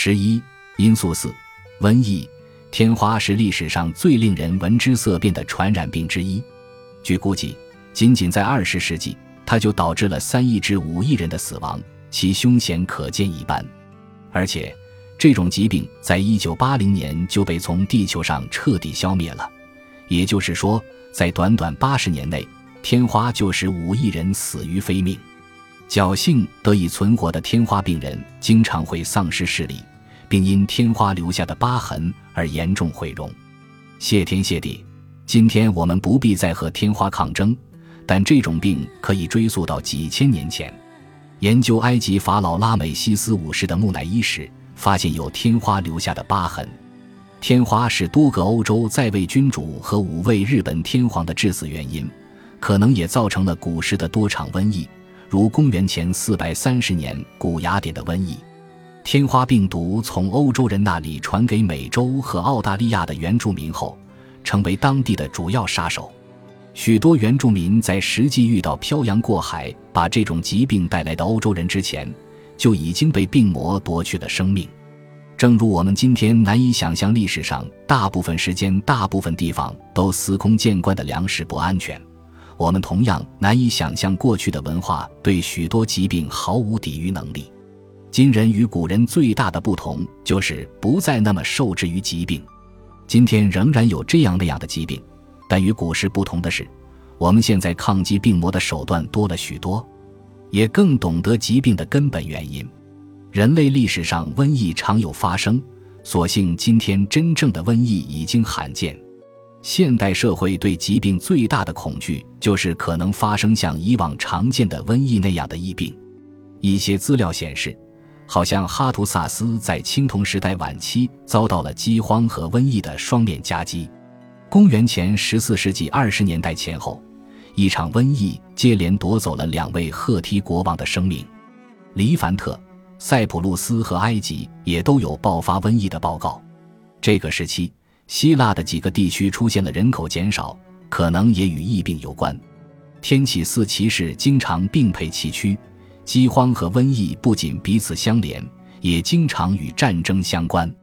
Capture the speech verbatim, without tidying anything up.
十一、因素四：瘟疫。天花是历史上最令人闻之色变的传染病之一。据估计，仅仅在二十世纪，它就导致了三亿至五亿人的死亡，其凶险可见一斑。而且，这种疾病在一九八零年就被从地球上彻底消灭了。也就是说，在短短八十年内，天花就使五亿人死于非命。侥幸得以存活的天花病人经常会丧失视力，并因天花留下的疤痕而严重毁容。谢天谢地，今天我们不必再和天花抗争，但这种病可以追溯到几千年前。研究埃及法老拉美西斯五世的木乃伊时，发现有天花留下的疤痕。天花是多个欧洲在位君主和五位日本天皇的致死原因，可能也造成了古时的多场瘟疫，如公元前四百三十年古雅典的瘟疫。天花病毒从欧洲人那里传给美洲和澳大利亚的原住民后，成为当地的主要杀手。许多原住民在实际遇到漂洋过海把这种疾病带来的欧洲人之前，就已经被病魔夺去了生命。正如我们今天难以想象历史上大部分时间大部分地方都司空见惯的粮食不安全，我们同样难以想象过去的文化对许多疾病毫无抵御能力。今人与古人最大的不同就是不再那么受制于疾病。今天仍然有这样那样的疾病，但与古时不同的是，我们现在抗击病魔的手段多了许多，也更懂得疾病的根本原因。人类历史上瘟疫常有发生，所幸今天真正的瘟疫已经罕见。现代社会对疾病最大的恐惧就是可能发生像以往常见的瘟疫那样的疫病。一些资料显示，好像哈图萨斯在青铜时代晚期遭到了饥荒和瘟疫的双面夹击。公元前十四世纪二十年代前后，一场瘟疫接连夺走了两位赫梯国王的生命。黎凡特、塞浦路斯和埃及也都有爆发瘟疫的报告。这个时期，希腊的几个地区出现了人口减少，可能也与疫病有关。天启四骑士经常并辔崎岖，饥荒和瘟疫不仅彼此相连，也经常与战争相关。